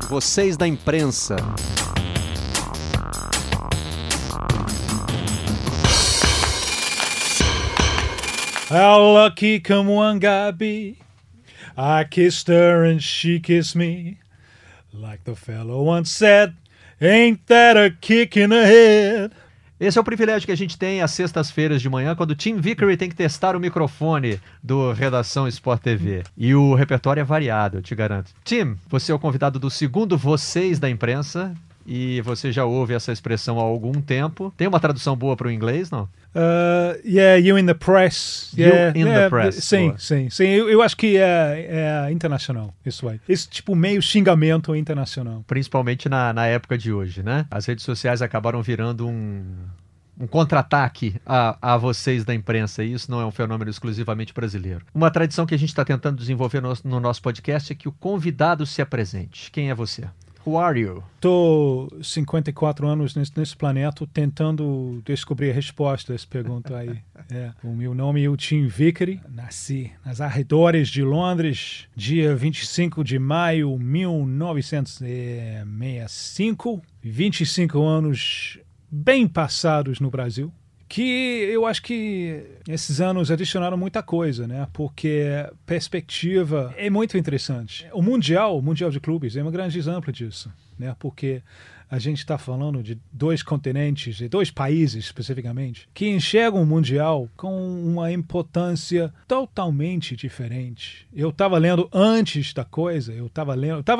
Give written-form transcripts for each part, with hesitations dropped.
vocês da imprensa. How lucky come one guy be? I kissed her and she kissed me. Like the fellow once said, ain't that a kick in the head? Esse é o privilégio que a gente tem às sextas-feiras de manhã, quando o Tim Vickery tem que testar o microfone do Redação Sport TV. E o repertório é variado, eu te garanto. Tim, você é o convidado do segundo Vocês da Imprensa, e você já ouve essa expressão há algum tempo. Tem uma tradução boa para o inglês, não? You in the press. You in the press. Sim. Eu acho que é internacional, isso aí. Esse tipo meio xingamento internacional. Principalmente na época de hoje, né? As redes sociais acabaram virando um contra-ataque a vocês da imprensa, e isso não é um fenômeno exclusivamente brasileiro. Uma tradição que a gente está tentando desenvolver no nosso podcast é que o convidado se apresente. Quem é você? Who are you? Estou 54 anos nesse planeta tentando descobrir a resposta a essa pergunta aí. O meu nome é Tim Vickery. Nasci nas arredores de Londres, dia 25 de maio de 1965. 25 anos bem passados no Brasil. Que eu acho que esses anos adicionaram muita coisa, né? Porque a perspectiva é muito interessante. O Mundial de Clubes é um grande exemplo disso, né? Porque a gente está falando de dois continentes, de dois países especificamente, que enxergam o Mundial com uma importância totalmente diferente. Eu estava lendo antes da coisa, eu estava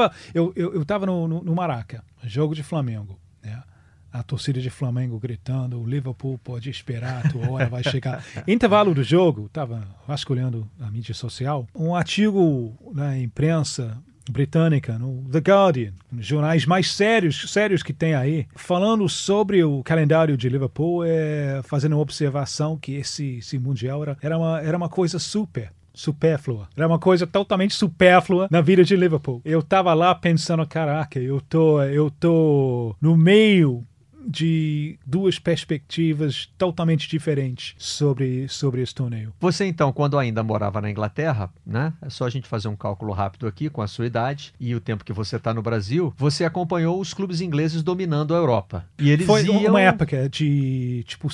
no Maraca, jogo de Flamengo, né? A torcida de Flamengo gritando, o Liverpool pode esperar, a tua hora vai chegar. Intervalo do jogo, estava vasculhando a mídia social, um artigo na imprensa britânica, no The Guardian, nos jornais mais sérios que tem aí, falando sobre o calendário de Liverpool, fazendo uma observação que esse Mundial era uma coisa supérflua. Era uma coisa totalmente supérflua na vida de Liverpool. Eu estava lá pensando, caraca, eu tô no meio de duas perspectivas totalmente diferentes sobre esse torneio. Você, então, quando ainda morava na Inglaterra, né? É só a gente fazer um cálculo rápido aqui com a sua idade e o tempo que você está no Brasil, você acompanhou os clubes ingleses dominando a Europa. E eles Foi uma época de, tipo,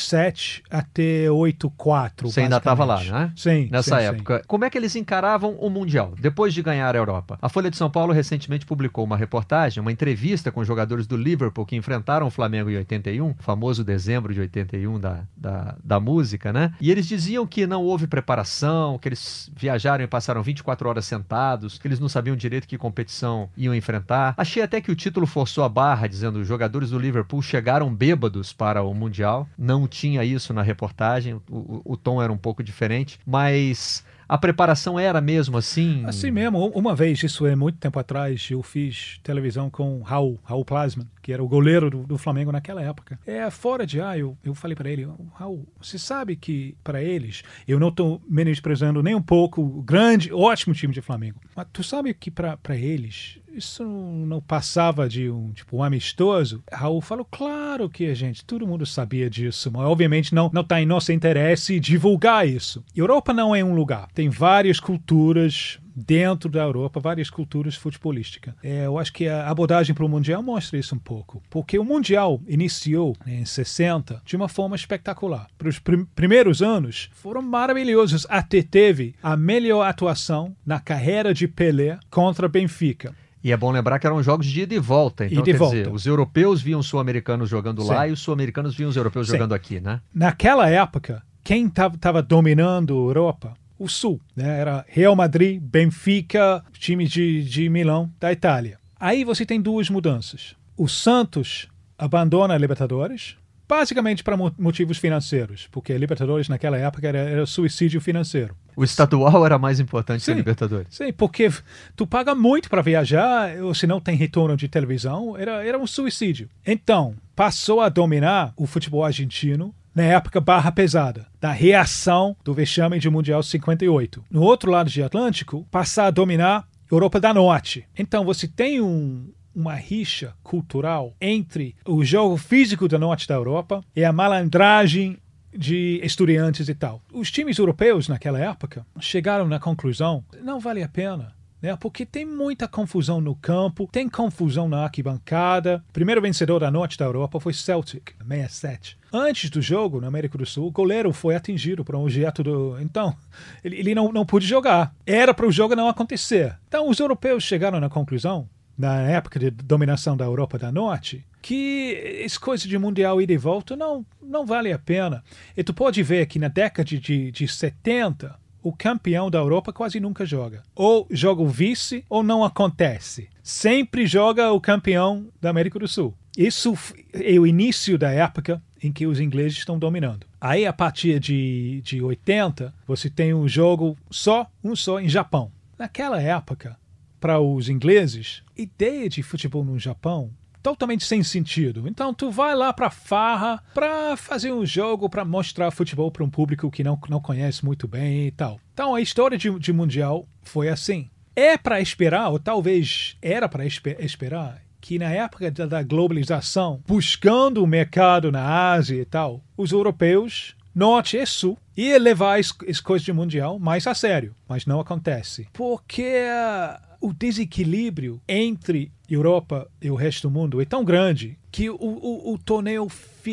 7-7 até 8-4. Você ainda estava lá, né? Sim. Nessa época. Sim. Como é que eles encaravam o Mundial, depois de ganhar a Europa? A Folha de São Paulo recentemente publicou uma reportagem, uma entrevista com jogadores do Liverpool que enfrentaram o Flamengo em 81, o famoso dezembro de 81 da música, né? E eles diziam que não houve preparação, que eles viajaram e passaram 24 horas sentados, que eles não sabiam direito que competição iam enfrentar. Achei até que o título forçou a barra, dizendo que os jogadores do Liverpool chegaram bêbados para o Mundial. Não tinha isso na reportagem, o tom era um pouco diferente, mas a preparação era mesmo assim? Assim mesmo. Uma vez, isso é muito tempo atrás, eu fiz televisão com Raul Plasman, que era o goleiro do Flamengo naquela época. Fora de ar, eu falei para ele, Raul, você sabe que para eles, eu não estou menosprezando nem um pouco o grande, ótimo time de Flamengo, mas tu sabe que para eles isso não passava de um amistoso? Raul falou, claro que todo mundo sabia disso, mas obviamente não está em nosso interesse divulgar isso. Europa não é um lugar, tem várias culturas dentro da Europa, várias culturas futebolísticas. Eu acho que a abordagem para o Mundial mostra isso um pouco, porque o Mundial iniciou em 60 de uma forma espetacular. Para os primeiros anos foram maravilhosos, até teve a melhor atuação na carreira de Pelé contra Benfica. E é bom lembrar que eram jogos de ida e volta. Então, dizer, os europeus viam os sul-americanos jogando lá e os sul-americanos viam os europeus jogando aqui, né? Naquela época, quem estava dominando a Europa? O Sul, né? Era Real Madrid, Benfica, time de Milão, da Itália. Aí você tem duas mudanças. O Santos abandona a Libertadores, basicamente para motivos financeiros, porque a Libertadores naquela época era suicídio financeiro. O estadual era mais importante que a Libertadores. Sim, porque tu paga muito para viajar, ou se não tem retorno de televisão, era um suicídio. Então, passou a dominar o futebol argentino na época barra pesada, da reação do vexame de Mundial 58. No outro lado do Atlântico, passar a dominar a Europa da Norte. Então você tem uma rixa cultural entre o jogo físico da norte da Europa e a malandragem de estudantes e tal. Os times europeus naquela época chegaram na conclusão, não vale a pena né? Porque tem muita confusão no campo, tem confusão na arquibancada. O primeiro vencedor da Norte da Europa foi Celtic, 67. Antes do jogo, na América do Sul, o goleiro foi atingido por um objeto do... Então, ele não pôde jogar. Era para o jogo não acontecer. Então, os europeus chegaram na conclusão, na época de dominação da Europa da Norte, que essa coisa de mundial ida e volta não vale a pena. E tu pode ver que na década de 70, o campeão da Europa quase nunca joga. Ou joga o vice, ou não acontece. Sempre joga o campeão da América do Sul. Isso é o início da época em que os ingleses estão dominando. Aí, a partir de 80, você tem um jogo um só em Japão. Naquela época, para os ingleses, a ideia de futebol no Japão totalmente sem sentido. Então, tu vai lá para farra, para fazer um jogo, para mostrar futebol para um público que não conhece muito bem e tal. Então, a história de Mundial foi assim. É para esperar, ou talvez era para esperar, que na época da globalização, buscando o mercado na Ásia e tal, os europeus, norte e sul, iam levar as coisas de Mundial mais a sério. Mas não acontece. Porque o desequilíbrio entre Europa e o resto do mundo é tão grande que o torneio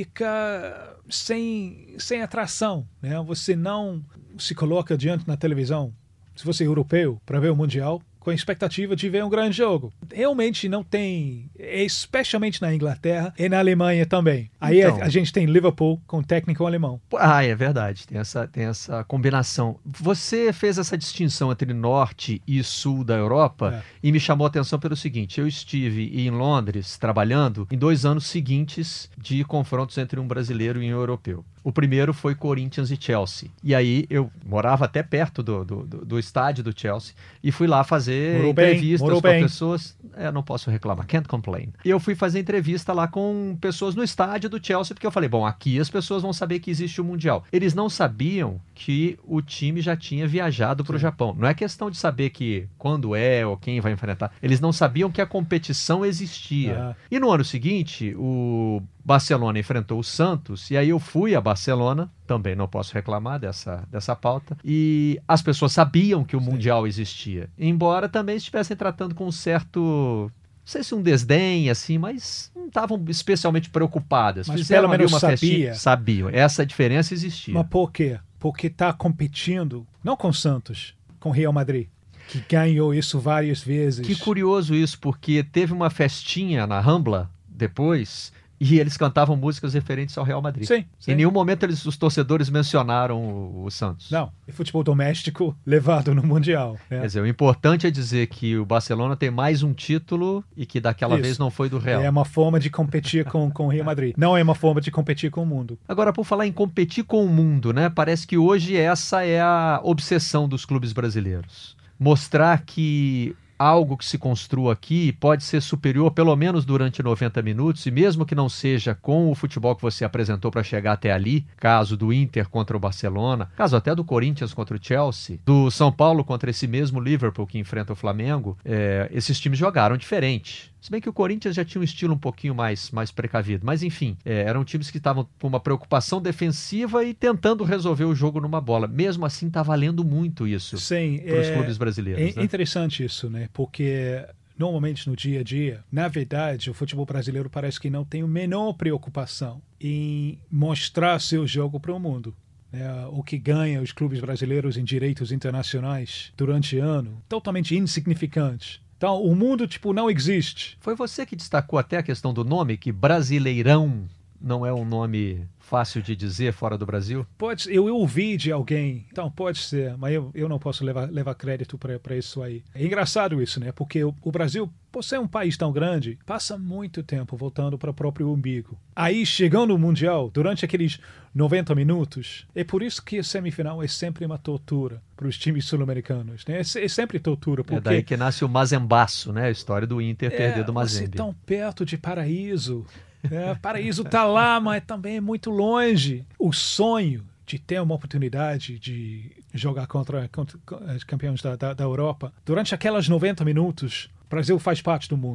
fica sem atração, né? Você não se coloca diante na televisão, se você é europeu, para ver o Mundial, com a expectativa de ver um grande jogo. Realmente não tem, especialmente na Inglaterra e na Alemanha também. Aí então, a gente tem Liverpool com técnico alemão. É verdade, tem essa combinação. Você fez essa distinção entre norte e sul da Europa e me chamou a atenção pelo seguinte: eu estive em Londres trabalhando em 2 anos seguintes de confrontos entre um brasileiro e um europeu. O primeiro foi Corinthians e Chelsea. E aí eu morava até perto do estádio do Chelsea e fui lá fazer entrevistas com pessoas. Não posso reclamar, can't complain. E eu fui fazer entrevista lá com pessoas no estádio do Chelsea, porque eu falei, bom, aqui as pessoas vão saber que existe o Mundial. Eles não sabiam que o time já tinha viajado para o Japão. Não é questão de saber que quando ou quem vai enfrentar. Eles não sabiam que a competição existia. E no ano seguinte, o Barcelona enfrentou o Santos, e aí eu fui a Barcelona, também não posso reclamar dessa pauta, e as pessoas sabiam que o Mundial existia, embora também estivessem tratando com um certo, não sei se um desdém, assim, mas não estavam especialmente preocupadas. Mas fizeram pelo menos sabiam, essa diferença existia. Mas por quê? Porque está competindo, não com o Santos, com o Real Madrid, que ganhou isso várias vezes. Que curioso isso, porque teve uma festinha na Rambla depois, e eles cantavam músicas referentes ao Real Madrid. Sim. Em nenhum momento os torcedores mencionaram o Santos. Não, é futebol doméstico levado no Mundial. Né? Quer dizer, o importante é dizer que o Barcelona tem mais um título e que daquela vez não foi do Real. É uma forma de competir com o Real Madrid. Não é uma forma de competir com o mundo. Agora, por falar em competir com o mundo, né? Parece que hoje essa é a obsessão dos clubes brasileiros. Mostrar que algo que se construa aqui pode ser superior pelo menos durante 90 minutos, e mesmo que não seja com o futebol que você apresentou para chegar até ali, caso do Inter contra o Barcelona, caso até do Corinthians contra o Chelsea, do São Paulo contra esse mesmo Liverpool que enfrenta o Flamengo, esses times jogaram diferente. Se bem que o Corinthians já tinha um estilo um pouquinho mais precavido. Mas, enfim, eram times que estavam com uma preocupação defensiva e tentando resolver o jogo numa bola. Mesmo assim, está valendo muito isso para os clubes brasileiros. É interessante isso, né? Porque normalmente no dia a dia, na verdade, o futebol brasileiro parece que não tem a menor preocupação em mostrar seu jogo para o mundo. O que ganha os clubes brasileiros em direitos internacionais durante o ano, totalmente insignificante. Então, o mundo, não existe. Foi você que destacou até a questão do nome, que Brasileirão não é um nome fácil de dizer fora do Brasil? Pode ser. Eu ouvi de alguém, então pode ser, mas eu não posso levar crédito para isso aí. É engraçado isso, né? Porque o Brasil, por ser um país tão grande, passa muito tempo voltando para o próprio umbigo. Aí, chegando no Mundial, durante aqueles 90 minutos, é por isso que a semifinal é sempre uma tortura para os times sul-americanos. Né? É sempre tortura. Porque é daí que nasce o Mazembaço, né? A história do Inter perder do Mazembe. Você tão perto de Paraíso. Paraíso está lá, mas também é muito longe. O sonho de ter uma oportunidade de jogar contra os campeões da Europa, durante aquelas 90 minutos, o Brasil faz parte do mundo.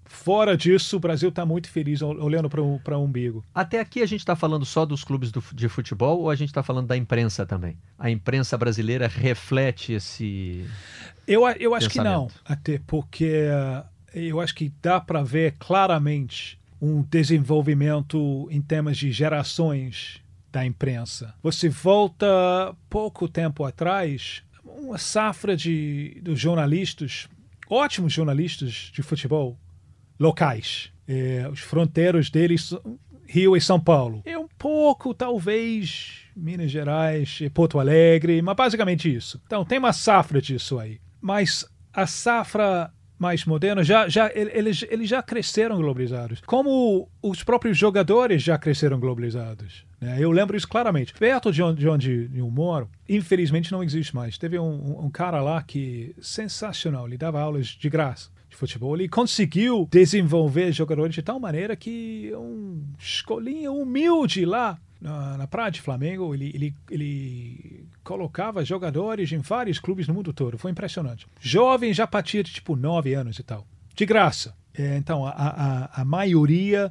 Fora disso, o Brasil está muito feliz olhando para o umbigo. Até aqui a gente está falando só dos clubes de futebol ou a gente está falando da imprensa também? A imprensa brasileira reflete esse Eu acho que não, até porque eu acho que dá para ver claramente um desenvolvimento em termos de gerações da imprensa. Você volta pouco tempo atrás, uma safra dos jornalistas, ótimos jornalistas de futebol, locais. Os fronteiros deles, Rio e São Paulo. Um pouco, talvez, Minas Gerais e Porto Alegre, mas basicamente isso. Então, tem uma safra disso aí. Mas a safra mais moderna, eles já cresceram globalizados. Como os próprios jogadores já cresceram globalizados. Né? Eu lembro isso claramente. Perto de onde eu moro, infelizmente não existe mais. Teve um cara lá que, sensacional, ele dava aulas de graça de futebol. Ele conseguiu desenvolver jogadores de tal maneira que escolinha humilde lá na Praia de Flamengo, ele colocava jogadores em vários clubes no mundo todo. Foi impressionante. Jovem já a partir de 9 anos e tal. De graça. Então, a maioria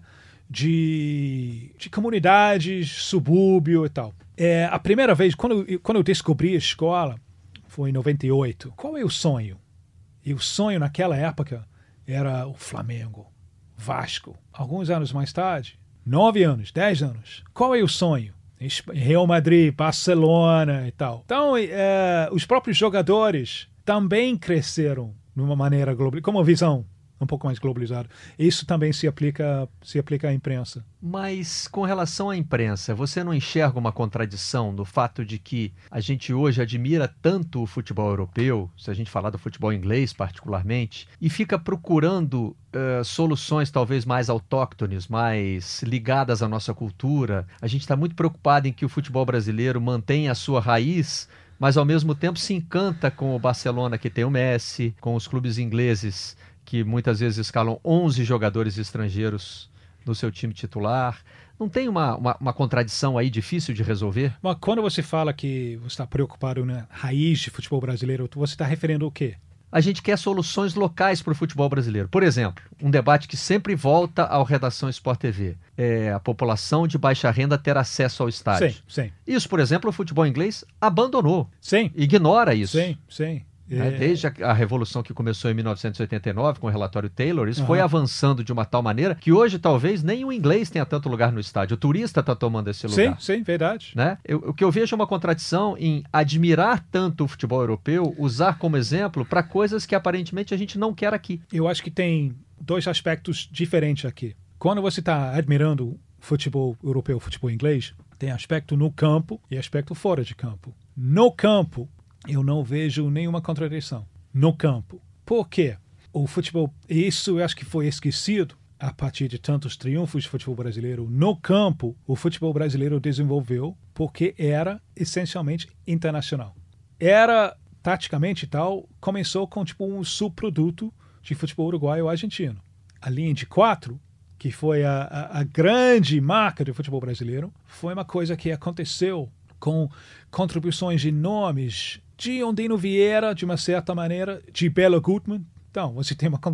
de comunidades, subúrbio e tal. A primeira vez, quando eu descobri a escola, foi em 98. Qual é o sonho? E o sonho naquela época era o Flamengo, Vasco. Alguns anos mais tarde, 9 anos, 10 anos. Qual é o sonho? Real Madrid, Barcelona e tal. Então, os próprios jogadores também cresceram de uma maneira global, com uma visão um pouco mais globalizada. Isso também se aplica à imprensa. Mas com relação à imprensa, você não enxerga uma contradição no fato de que a gente hoje admira tanto o futebol europeu, se a gente falar do futebol inglês particularmente, e fica procurando soluções talvez mais autóctones, mais ligadas à nossa cultura? A gente está muito preocupado em que o futebol brasileiro mantenha a sua raiz, mas ao mesmo tempo se encanta com o Barcelona, que tem o Messi, com os clubes ingleses que muitas vezes escalam 11 jogadores estrangeiros no seu time titular. Não tem uma contradição aí difícil de resolver? Mas quando você fala que você está preocupado na raiz de futebol brasileiro, você está referindo o quê? A gente quer soluções locais para o futebol brasileiro. Por exemplo, um debate que sempre volta ao Redação Sport TV. A população de baixa renda ter acesso ao estádio. Sim. Isso, por exemplo, o futebol inglês abandonou. Sim. Ignora isso. Sim. Desde a revolução que começou em 1989 com o relatório Taylor, isso foi avançando de uma tal maneira que hoje talvez nem o inglês tenha tanto lugar no estádio. O turista está tomando esse lugar. Sim, verdade. Né? O que eu vejo é uma contradição em admirar tanto o futebol europeu, usar como exemplo para coisas que aparentemente a gente não quer aqui. Eu acho que tem 2 aspectos diferentes aqui. Quando você está admirando futebol europeu, futebol inglês, tem aspecto no campo e aspecto fora de campo. No campo, eu não vejo nenhuma contradição. No campo. Por quê? O futebol, isso eu acho que foi esquecido a partir de tantos triunfos do futebol brasileiro. No campo, o futebol brasileiro desenvolveu porque era essencialmente internacional. Era, taticamente e tal, começou com um subproduto de futebol uruguaio argentino. A linha de 4, que foi a grande marca do futebol brasileiro, foi uma coisa que aconteceu com contribuições enormes de Ondino Vieira, de uma certa maneira, de Bela Gutmann. Então, você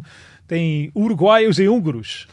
tem uruguaios e húngaros.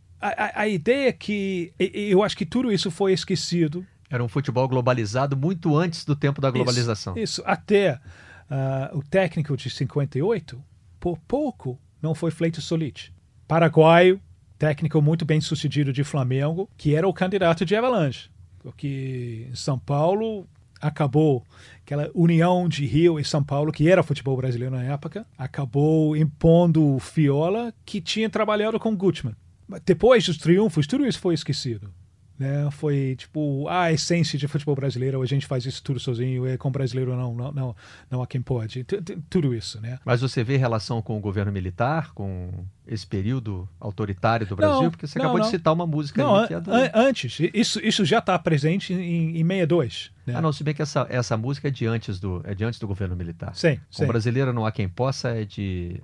A ideia é que eu acho que tudo isso foi esquecido. Era um futebol globalizado muito antes do tempo da globalização. Isso. Até o técnico de 58, por pouco, não foi Fleito Solite. Paraguaio, técnico muito bem sucedido de Flamengo, que era o candidato de Avalanche. Porque em São Paulo acabou aquela união de Rio e São Paulo, que era futebol brasileiro na época, acabou impondo o Fiola, que tinha trabalhado com Gutmann. Depois dos triunfos, tudo isso foi esquecido. Né? Foi a essência de futebol brasileiro, a gente faz isso tudo sozinho, com brasileiro não há quem pode. Tudo isso, né? Mas você vê relação com o governo militar, com esse período autoritário do Brasil? Porque você acabou de citar uma música ali que é do... Antes, isso já está presente em 62. Né? Não, se bem que essa música é antes do governo militar. Sim. Com brasileiro não há quem possa é de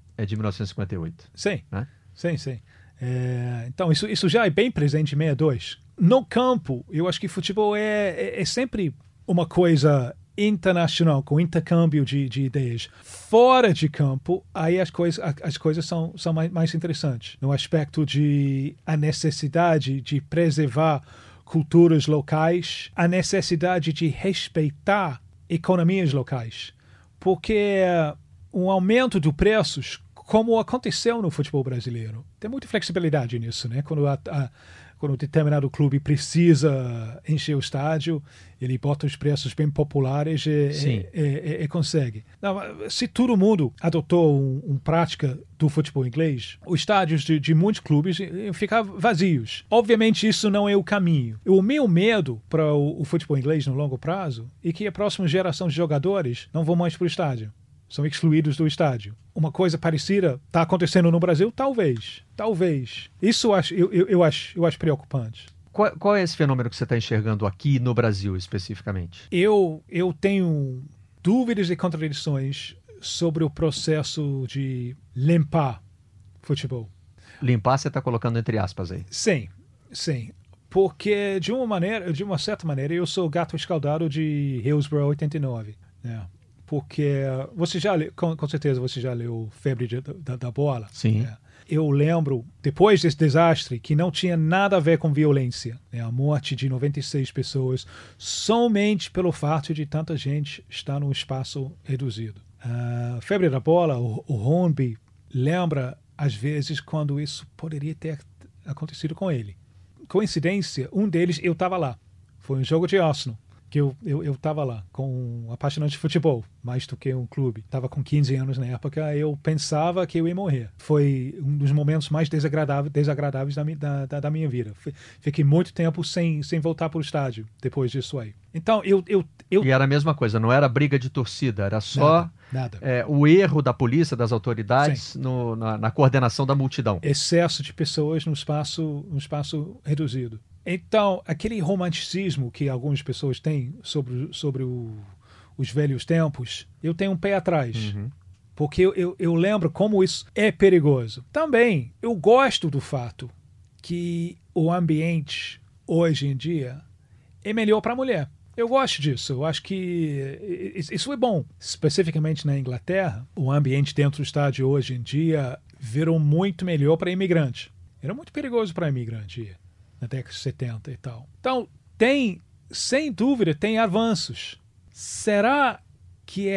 1958. Sim, né? Sim. Então, isso já é bem presente em 62. No campo, eu acho que futebol é sempre uma coisa internacional, com intercâmbio de ideias. Fora de campo, aí as coisas são mais interessantes. No aspecto de a necessidade de preservar culturas locais, a necessidade de respeitar economias locais. Porque um aumento de preços, como aconteceu no futebol brasileiro, tem muita flexibilidade nisso, né? Quando um determinado clube precisa encher o estádio, ele bota os preços bem populares e consegue. Não, se todo mundo adotou uma prática do futebol inglês, os estádios de muitos clubes iam ficar vazios. Obviamente, isso não é o caminho. O meu medo para o futebol inglês no longo prazo é que a próxima geração de jogadores não vão mais para o estádio. São excluídos do estádio. Uma coisa parecida está acontecendo no Brasil? Talvez. Isso eu acho preocupante. Qual é esse fenômeno que você está enxergando aqui no Brasil, especificamente? Eu tenho dúvidas e contradições sobre o processo de limpar futebol. Limpar, você está colocando entre aspas aí. Sim. Porque, de uma certa maneira, eu sou gato escaldado de Hillsborough 89, né? Porque você já leu, com certeza você já leu Febre da Bola. Sim. Né? Eu lembro, depois desse desastre, que não tinha nada a ver com violência. Né? A morte de 96 pessoas, somente pelo fato de tanta gente estar num espaço reduzido. Febre da Bola, o Hornby lembra, às vezes, quando isso poderia ter acontecido com ele. Coincidência, um deles, eu estava lá. Foi um jogo de Arsenal. Que eu estava lá, com um apaixonante de futebol, mais do que um clube. Estava com 15 anos na época, eu pensava que eu ia morrer. Foi um dos momentos mais desagradáveis da minha vida. Fiquei muito tempo sem voltar para o estádio, depois disso aí. Então, E era a mesma coisa, não era briga de torcida, era só nada. O erro da polícia, das autoridades, na coordenação da multidão. Excesso de pessoas num espaço reduzido. Então, aquele romanticismo que algumas pessoas têm sobre os velhos tempos, eu tenho um pé atrás. Uhum. Porque eu lembro como isso é perigoso. Também, eu gosto do fato que o ambiente, hoje em dia, é melhor para a mulher. Eu gosto disso. Eu acho que isso é bom. Especificamente na Inglaterra, o ambiente dentro do estádio hoje em dia virou muito melhor para imigrante. Era muito perigoso para imigrante na década de 70 e tal. Então, sem dúvida, tem avanços. Será que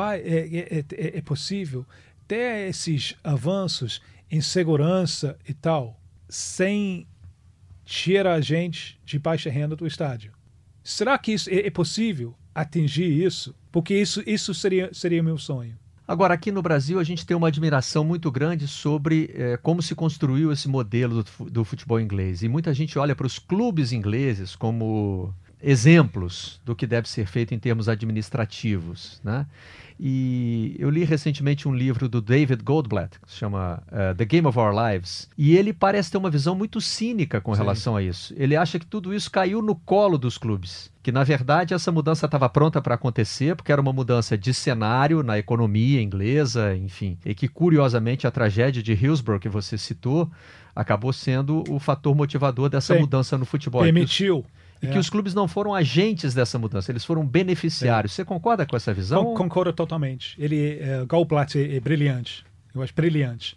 é possível ter esses avanços em segurança e tal, sem tirar a gente de baixa renda do estádio? Será que isso é possível atingir isso? Porque isso seria meu sonho. Agora, aqui no Brasil, a gente tem uma admiração muito grande sobre como se construiu esse modelo do futebol inglês. E muita gente olha para os clubes ingleses como exemplos do que deve ser feito em termos administrativos, né? E eu li recentemente um livro do David Goldblatt, que se chama The Game of Our Lives, e ele parece ter uma visão muito cínica com relação a isso. Ele acha que tudo isso caiu no colo dos clubes, que na verdade essa mudança estava pronta para acontecer, porque era uma mudança de cenário na economia inglesa, enfim, e que curiosamente a tragédia de Hillsborough, que você citou, acabou sendo o fator motivador dessa mudança no futebol. Permitiu. E que os clubes não foram agentes dessa mudança, eles foram beneficiários. Você concorda com essa visão? Concordo totalmente. Goldblatt é brilhante. Eu acho brilhante.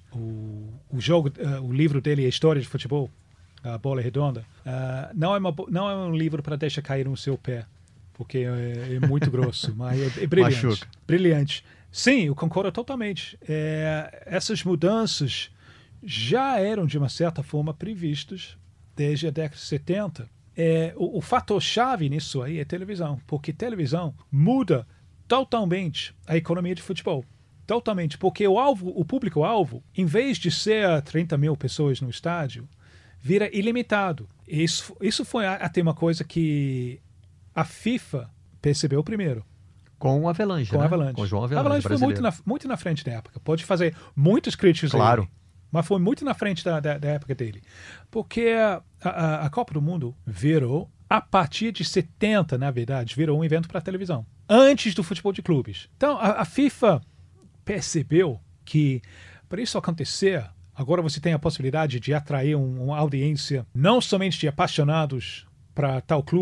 O livro dele, A História de Futebol, A Bola Redonda, não é um livro para deixar cair no seu pé, porque é muito grosso, mas é brilhante. Machuca. Brilhante. Sim, eu concordo totalmente. Essas mudanças já eram, de uma certa forma, previstas desde a década de 70. O fator-chave nisso aí é televisão, porque televisão muda totalmente a economia de futebol. Totalmente, porque o público-alvo, em vez de ser 30 mil pessoas no estádio, vira ilimitado. Isso foi até uma coisa que a FIFA percebeu primeiro. Com o Avelange, com né? Avalanche. Com o João Avelange. Avalanche foi muito na frente da época. Pode fazer muitas críticas claro. a ele, mas foi muito na frente da época dele. Porque a Copa do Mundo virou, a partir de 70, na verdade, virou um evento para televisão. Antes do futebol de clubes. Então, a FIFA percebeu que, para isso acontecer, agora você tem a possibilidade de atrair uma audiência não somente de apaixonados para tal clube,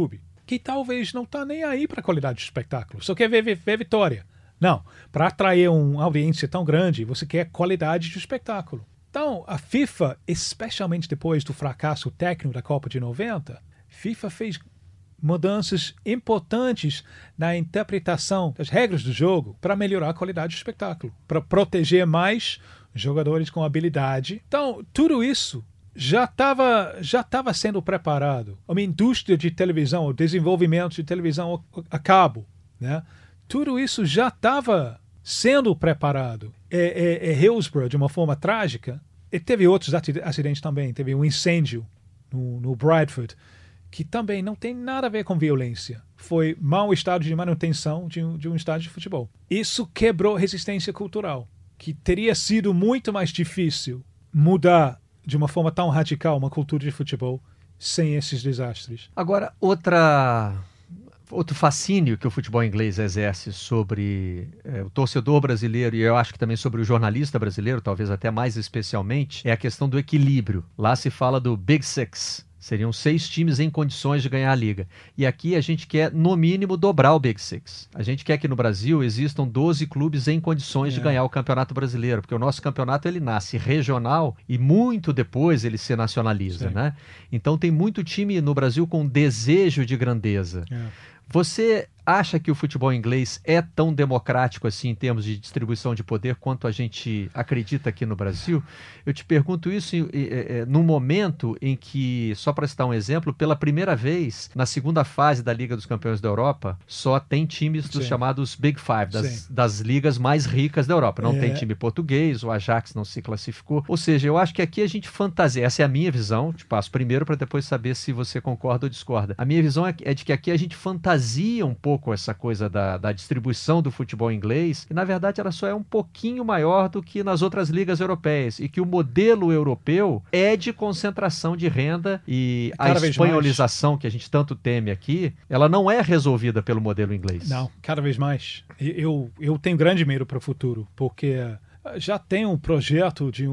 que talvez não está nem aí para a qualidade do espetáculo, só quer ver vitória. Não, para atrair uma audiência tão grande, você quer qualidade de espetáculo. Então, a FIFA, especialmente depois do fracasso técnico da Copa de 90, FIFA fez mudanças importantes na interpretação das regras do jogo para melhorar a qualidade do espetáculo, para proteger mais jogadores com habilidade. Então, tudo isso já estava sendo preparado. Uma indústria de televisão, o desenvolvimento de televisão a cabo, né? Tudo isso já estava sendo preparado. Hillsborough, de uma forma trágica, e teve outros acidentes também. Teve um incêndio no Bradford, que também não tem nada a ver com violência. Foi mau estado de manutenção de um estádio de futebol. Isso quebrou resistência cultural, que teria sido muito mais difícil mudar de uma forma tão radical uma cultura de futebol sem esses desastres. Agora, outro fascínio que o futebol inglês exerce sobre o torcedor brasileiro, e eu acho que também sobre o jornalista brasileiro, talvez até mais especialmente, é a questão do equilíbrio. Lá se fala do Big Six. Seriam 6 times em condições de ganhar a liga. E aqui a gente quer, no mínimo, dobrar o Big Six. A gente quer que no Brasil existam 12 clubes em condições de ganhar o Campeonato Brasileiro, porque o nosso campeonato ele nasce regional e muito depois ele se nacionaliza, né? Então tem muito time no Brasil com desejo de grandeza. Você acha que o futebol inglês é tão democrático assim em termos de distribuição de poder quanto a gente acredita aqui no Brasil? Eu te pergunto isso no momento em que, só para citar um exemplo, pela primeira vez, na segunda fase da Liga dos Campeões da Europa, só tem times dos chamados Big Five, das ligas mais ricas da Europa. Não tem time português, o Ajax não se classificou. Ou seja, eu acho que aqui a gente fantasia. Essa é a minha visão, te passo primeiro para depois saber se você concorda ou discorda. A minha visão é de que aqui a gente fantasia um pouco essa coisa da distribuição do futebol inglês, e na verdade ela só é um pouquinho maior do que nas outras ligas europeias, e que o modelo europeu é de concentração de renda, e a espanholização que a gente tanto teme aqui, ela não é resolvida pelo modelo inglês. Não, cada vez mais. Eu tenho grande medo para o futuro, porque já tem um projeto de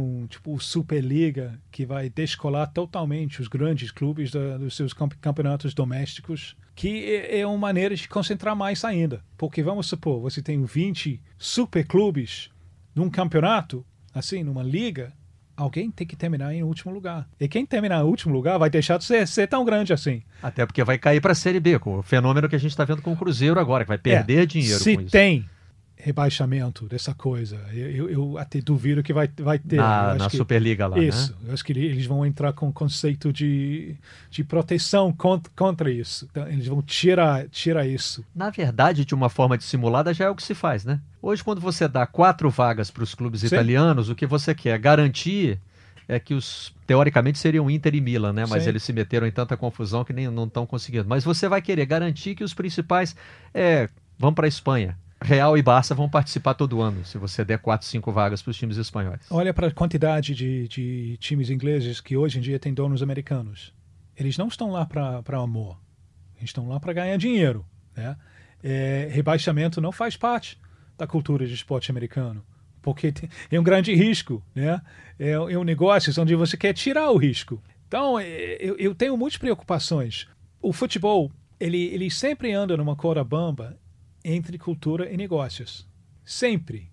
Superliga que vai descolar totalmente os grandes clubes dos seus campeonatos domésticos, que é uma maneira de concentrar mais ainda. Porque vamos supor, você tem 20 superclubes num campeonato, assim, numa liga, alguém tem que terminar em último lugar. E quem terminar em último lugar vai deixar de ser tão grande assim. Até porque vai cair para a Série B, com o fenômeno que a gente está vendo com o Cruzeiro agora, que vai perder dinheiro com isso. Se tem rebaixamento dessa coisa, eu até duvido que vai ter. Na Superliga lá, isso, né? Eu acho que eles vão entrar com o conceito de proteção contra isso. Então, eles vão tirar isso. Na verdade, de uma forma dissimulada, já é o que se faz, né? Hoje, quando você dá 4 vagas para os clubes italianos, o que você quer garantir é que teoricamente seriam Inter e Milan, né? Mas eles se meteram em tanta confusão que não estão conseguindo. Mas você vai querer garantir que os principais vão para a Espanha. Real e Barça vão participar todo ano, se você der 4, 5 vagas para os times espanhóis. Olha para a quantidade de times ingleses que hoje em dia têm donos americanos. Eles não estão lá para amor. Eles estão lá para ganhar dinheiro, né? Rebaixamento não faz parte da cultura de esporte americano, porque é um grande risco, né? É um negócio onde você quer tirar o risco. Então, eu tenho muitas preocupações. O futebol, ele sempre anda numa corda bamba entre cultura e negócios. Sempre.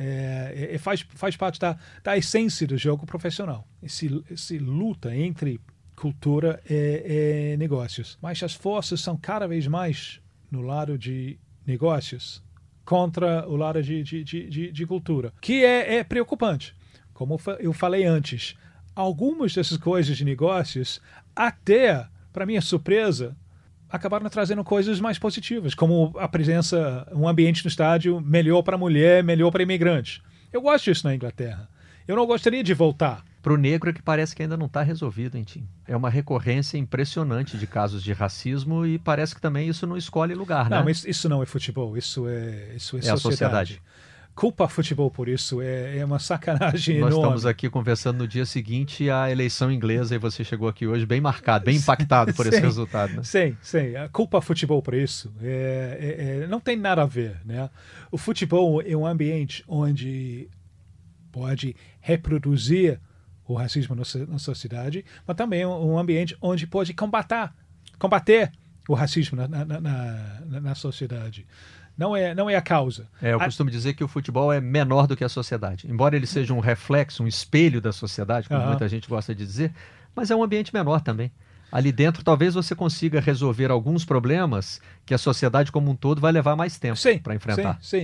Faz parte da essência do jogo profissional. Esse luta entre cultura e negócios. Mas as forças são cada vez mais no lado de negócios contra o lado de cultura. Que é preocupante. Como eu falei antes, algumas dessas coisas de negócios, até, para minha surpresa, acabaram trazendo coisas mais positivas, como a presença, um ambiente no estádio melhor para mulher, melhor para imigrante. Eu gosto disso na Inglaterra. Eu não gostaria de voltar. Para o negro é que parece que ainda não está resolvido, hein, Tim? É uma recorrência impressionante de casos de racismo e parece que também isso não escolhe lugar, né? Não, mas isso não é futebol, isso é sociedade. A sociedade. Culpa futebol por isso é uma sacanagem enorme. Nós estamos aqui conversando no dia seguinte à eleição inglesa e você chegou aqui hoje bem marcado, bem impactado por esse resultado. Né? Sim. A culpa futebol por isso não tem nada a ver, né? O futebol é um ambiente onde pode reproduzir o racismo na sociedade, mas também é um ambiente onde pode combater o racismo na sociedade. Não é a causa. Eu costumo dizer que o futebol é menor do que a sociedade. Embora ele seja um reflexo, um espelho da sociedade, como muita gente gosta de dizer, mas é um ambiente menor também. Ali dentro, talvez você consiga resolver alguns problemas que a sociedade como um todo vai levar mais tempo para enfrentar. Sim.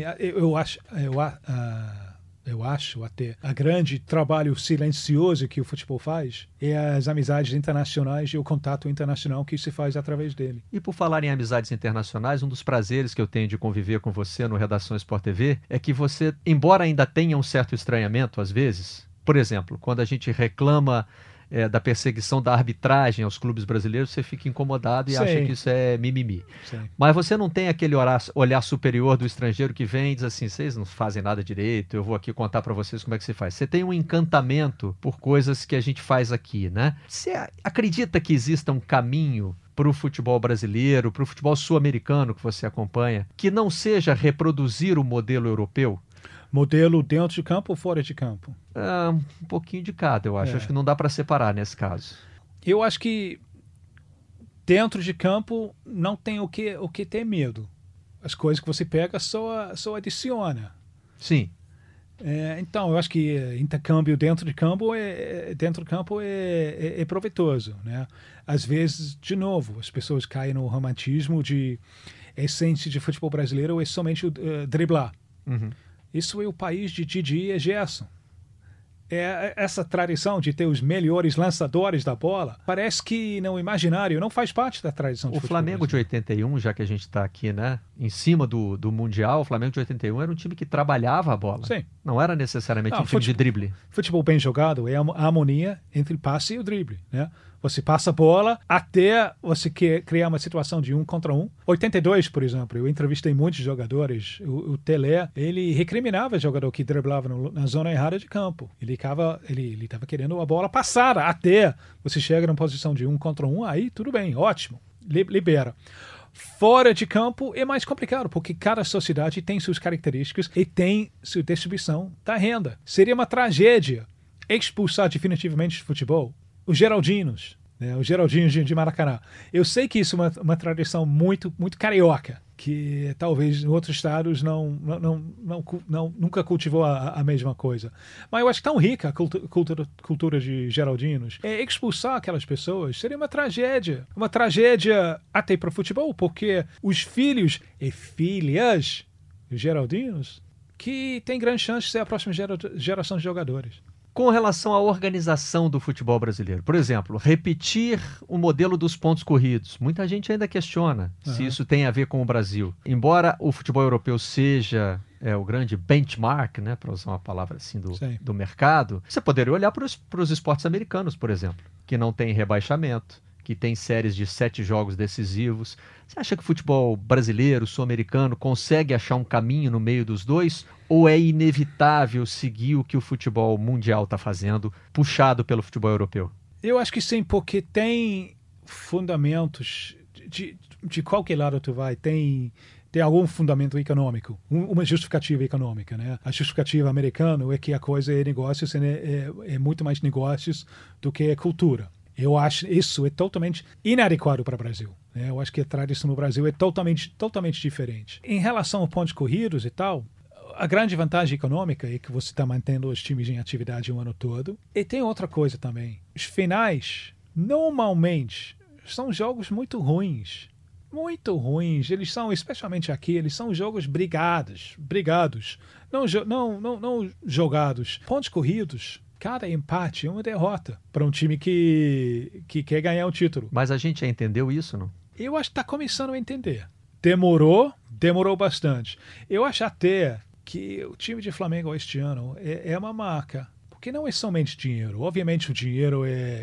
Eu acho até o grande trabalho silencioso que o futebol faz é as amizades internacionais e o contato internacional que se faz através dele. E por falar em amizades internacionais, um dos prazeres que eu tenho de conviver com você no Redação Sport TV é que você, embora ainda tenha um certo estranhamento às vezes, por exemplo, quando a gente reclama da perseguição da arbitragem aos clubes brasileiros, você fica incomodado e acha que isso é mimimi. Sim. Mas você não tem aquele olhar superior do estrangeiro que vem e diz assim, vocês não fazem nada direito, eu vou aqui contar para vocês como é que se faz. Você tem um encantamento por coisas que a gente faz aqui, né? Você acredita que exista um caminho para o futebol brasileiro, para o futebol sul-americano que você acompanha, que não seja reproduzir o modelo europeu? Modelo dentro de campo ou fora de campo? Um pouquinho de cada, eu acho. Acho que não dá para separar nesse caso. Eu acho que dentro de campo não tem o que ter medo. As coisas que você pega só adiciona. Sim. Então, eu acho que intercâmbio dentro de campo é proveitoso, né? Às vezes, de novo, as pessoas caem no romantismo de a essência de futebol brasileiro é somente driblar. Uhum. Isso é o país de Didi e Gerson. Essa tradição de ter os melhores lançadores da bola, parece que no imaginário não faz parte da tradição de futebol. O Flamengo de 81, já que a gente está aqui, né, em cima do Mundial, o Flamengo de 81 era um time que trabalhava a bola. Sim. Não era necessariamente um time de drible. Futebol bem jogado é a harmonia entre o passe e o drible, né? Você passa a bola até você criar uma situação de 1 contra 1. 82, por exemplo, eu entrevistei muitos jogadores. O Telé, ele recriminava o jogador que driblava na zona errada de campo. Ele estava querendo a bola passada até você chega na posição de 1 contra 1. Aí tudo bem, ótimo, libera. Fora de campo é mais complicado, porque cada sociedade tem suas características e tem sua distribuição da renda. Seria uma tragédia expulsar definitivamente do futebol os Geraldinos, né? Os Geraldinos de Maracanã. Eu sei que isso é uma tradição muito, muito carioca, que talvez em outros estados nunca cultivou a mesma coisa. Mas eu acho tão rica a cultura de Geraldinos. Expulsar aquelas pessoas seria uma tragédia. Uma tragédia até para o futebol, porque os filhos e filhas dos Geraldinos que têm grande chance de ser a próxima geração de jogadores. Com relação à organização do futebol brasileiro, por exemplo, repetir o modelo dos pontos corridos. Muita gente ainda questiona se isso tem a ver com o Brasil. Embora o futebol europeu seja o grande benchmark, né, para usar uma palavra assim do mercado, você poderia olhar para os esportes americanos, por exemplo, que não tem rebaixamento, que tem séries de 7 jogos decisivos. Você acha que o futebol brasileiro, sul-americano, consegue achar um caminho no meio dos dois? Ou é inevitável seguir o que o futebol mundial está fazendo, puxado pelo futebol europeu? Eu acho que sim, porque tem fundamentos de qualquer lado tu vai, tem algum fundamento econômico, uma justificativa econômica, né? A justificativa americana é que a coisa é negócios, é muito mais negócios do que cultura. Eu acho isso é totalmente inadequado para o Brasil, né? Eu acho que a tradição no Brasil é totalmente diferente. Em relação a pontos corridos e tal, a grande vantagem econômica é que você está mantendo os times em atividade o ano todo. E tem outra coisa também. Os finais, normalmente, são jogos muito ruins. Muito ruins. Eles são, especialmente aqui, eles são jogos brigados. Não jogados. Pontos corridos. Cada empate é uma derrota para um time que quer ganhar o título. Mas a gente já entendeu isso, não? Eu acho que está começando a entender. Demorou bastante. Eu acho até que o time de Flamengo este ano é uma marca. Porque não é somente dinheiro. Obviamente o dinheiro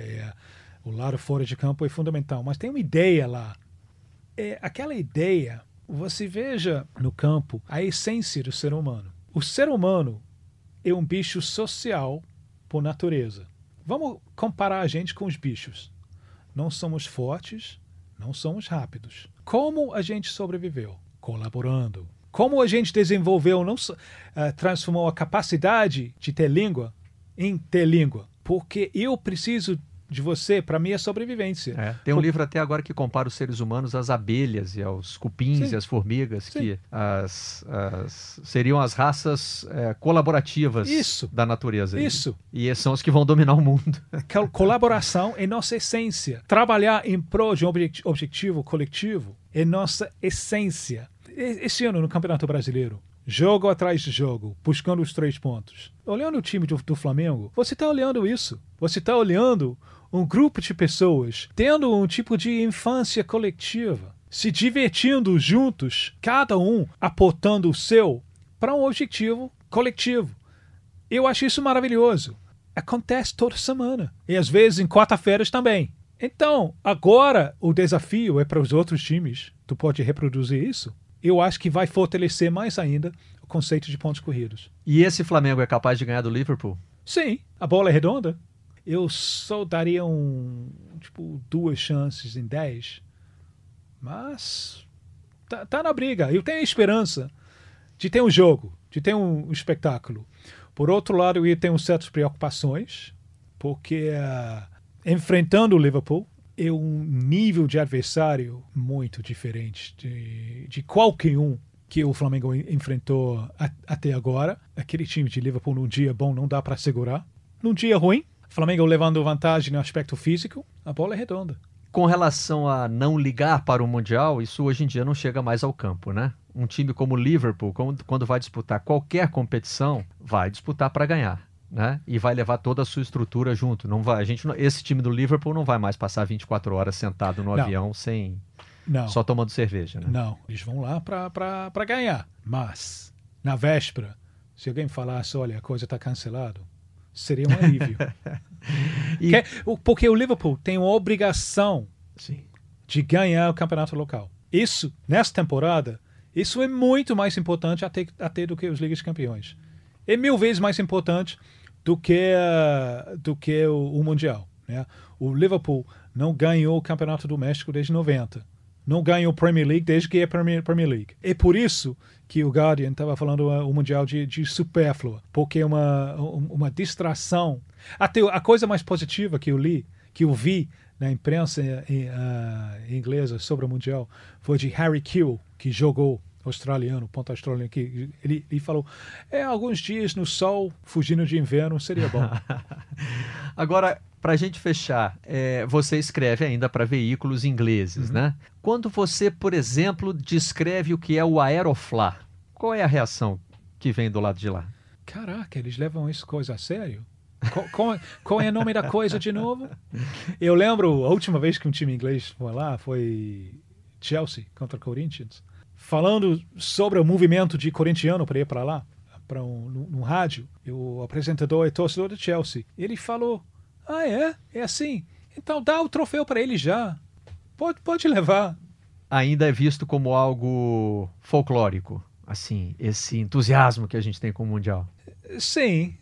o lado fora de campo é fundamental. Mas tem uma ideia lá. Aquela ideia, você veja no campo a essência do ser humano. O ser humano é um bicho social por natureza. Vamos comparar a gente com os bichos. Não somos fortes, não somos rápidos. Como a gente sobreviveu? Colaborando. Como a gente desenvolveu, transformou a capacidade de ter língua em ter língua? Porque eu preciso de você, para mim, é sobrevivência. Tem um livro até agora que compara os seres humanos às abelhas e aos cupins e às formigas, que seriam as raças colaborativas da natureza. Isso. E são os que vão dominar o mundo. Colaboração é nossa essência. Trabalhar em prol de um objetivo coletivo é nossa essência. Esse ano, no Campeonato Brasileiro, jogo atrás de jogo, buscando os 3 pontos. Olhando o time do Flamengo, você está olhando isso. Você está olhando um grupo de pessoas tendo um tipo de infância coletiva, se divertindo juntos, cada um aportando o seu para um objetivo coletivo. Eu acho isso maravilhoso. Acontece toda semana. E às vezes em quarta-feiras também. Então, agora o desafio é para os outros times. Tu pode reproduzir isso? Eu acho que vai fortalecer mais ainda o conceito de pontos corridos. E esse Flamengo é capaz de ganhar do Liverpool? Sim, a bola é redonda. Eu só daria 2 chances em 10. Mas tá na briga. Eu tenho a esperança de ter um jogo, de ter um espetáculo. Por outro lado, eu tenho certas preocupações, porque enfrentando o Liverpool, é um nível de adversário muito diferente de qualquer um que o Flamengo enfrentou até agora. Aquele time de Liverpool, num dia bom, não dá para segurar. Num dia ruim, o Flamengo levando vantagem no aspecto físico, a bola é redonda. Com relação a não ligar para o Mundial, isso hoje em dia não chega mais ao campo, né? Um time como o Liverpool, quando vai disputar qualquer competição, vai disputar para ganhar. Né? E vai levar toda a sua estrutura junto. Esse time do Liverpool não vai mais passar 24 horas sentado no avião só tomando cerveja. Né? Não, eles vão lá para ganhar. Mas, na véspera, se alguém falasse, olha, a coisa está cancelada, seria um alívio. Porque o Liverpool tem uma obrigação de ganhar o campeonato local. Isso, nessa temporada, isso é muito mais importante até do que os Ligas de Campeões. É 1000 vezes mais importante do que o Mundial. Né? O Liverpool não ganhou o Campeonato do México desde 90. Não ganhou a Premier League desde que é Premier League. É por isso que o Guardian estava falando o Mundial de supérflua, porque é uma distração. Até a coisa mais positiva que eu vi na imprensa inglesa sobre o Mundial foi de Harry Kewell, que jogou australiano, ponto australiano, que ele falou, alguns dias no sol, fugindo de inverno, seria bom. Agora, para a gente fechar, você escreve ainda para veículos ingleses, né? Quando você, por exemplo, descreve o que é o Aeroflá, qual é a reação que vem do lado de lá? Caraca, eles levam isso coisa a sério? Qual é o nome da coisa de novo? Eu lembro, a última vez que um time inglês foi lá, foi Chelsea contra Corinthians. Falando sobre o movimento de corintiano para ir para lá, para um rádio, o apresentador é torcedor do Chelsea. Ele falou, é assim, então dá o troféu para ele já, pode levar. Ainda é visto como algo folclórico, assim, esse entusiasmo que a gente tem com o Mundial. Sim.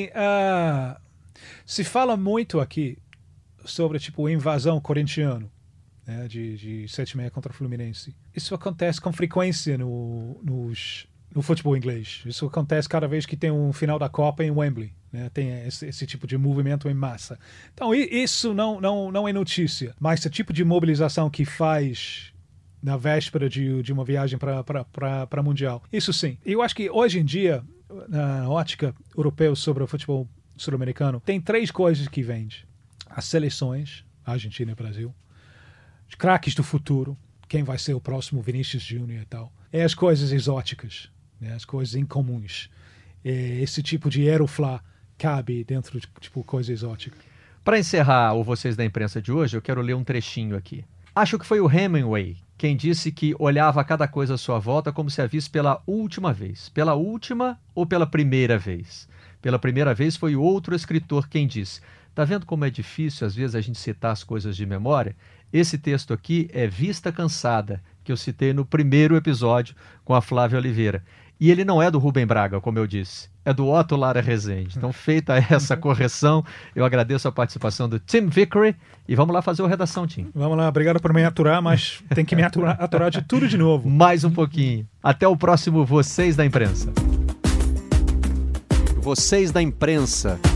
Se fala muito aqui sobre invasão corintiana. Né, de 7-6 contra o Fluminense. Isso acontece com frequência no futebol inglês. Isso acontece cada vez que tem um final da Copa em Wembley. Né, tem esse tipo de movimento em massa. Então, isso não é notícia. Mas esse tipo de mobilização que faz na véspera de uma viagem para Mundial, isso sim. Eu acho que hoje em dia, na ótica europeia sobre o futebol sul-americano, tem 3 coisas que vendem. As seleções, Argentina e Brasil, craques do futuro, quem vai ser o próximo Vinícius Júnior e tal. As coisas exóticas, né? As coisas incomuns. Esse tipo de Aeroflá cabe dentro de coisa exótica. Para encerrar o Vocês da Imprensa de hoje, eu quero ler um trechinho aqui. Acho que foi o Hemingway quem disse que olhava cada coisa à sua volta como se a visse pela última vez. Pela última ou pela primeira vez? Pela primeira vez foi outro escritor quem disse. Tá vendo como é difícil, às vezes, a gente citar as coisas de memória? Esse texto aqui é Vista Cansada, que eu citei no primeiro episódio com a Flávia Oliveira. E ele não é do Rubem Braga, como eu disse, é do Otto Lara Rezende. Então, feita essa correção, eu agradeço a participação do Tim Vickery e vamos lá fazer o Redação, Tim. Vamos lá, obrigado por me aturar, mas tem que me aturar de tudo de novo. Mais um pouquinho. Até o próximo Vocês da Imprensa. Vocês da Imprensa.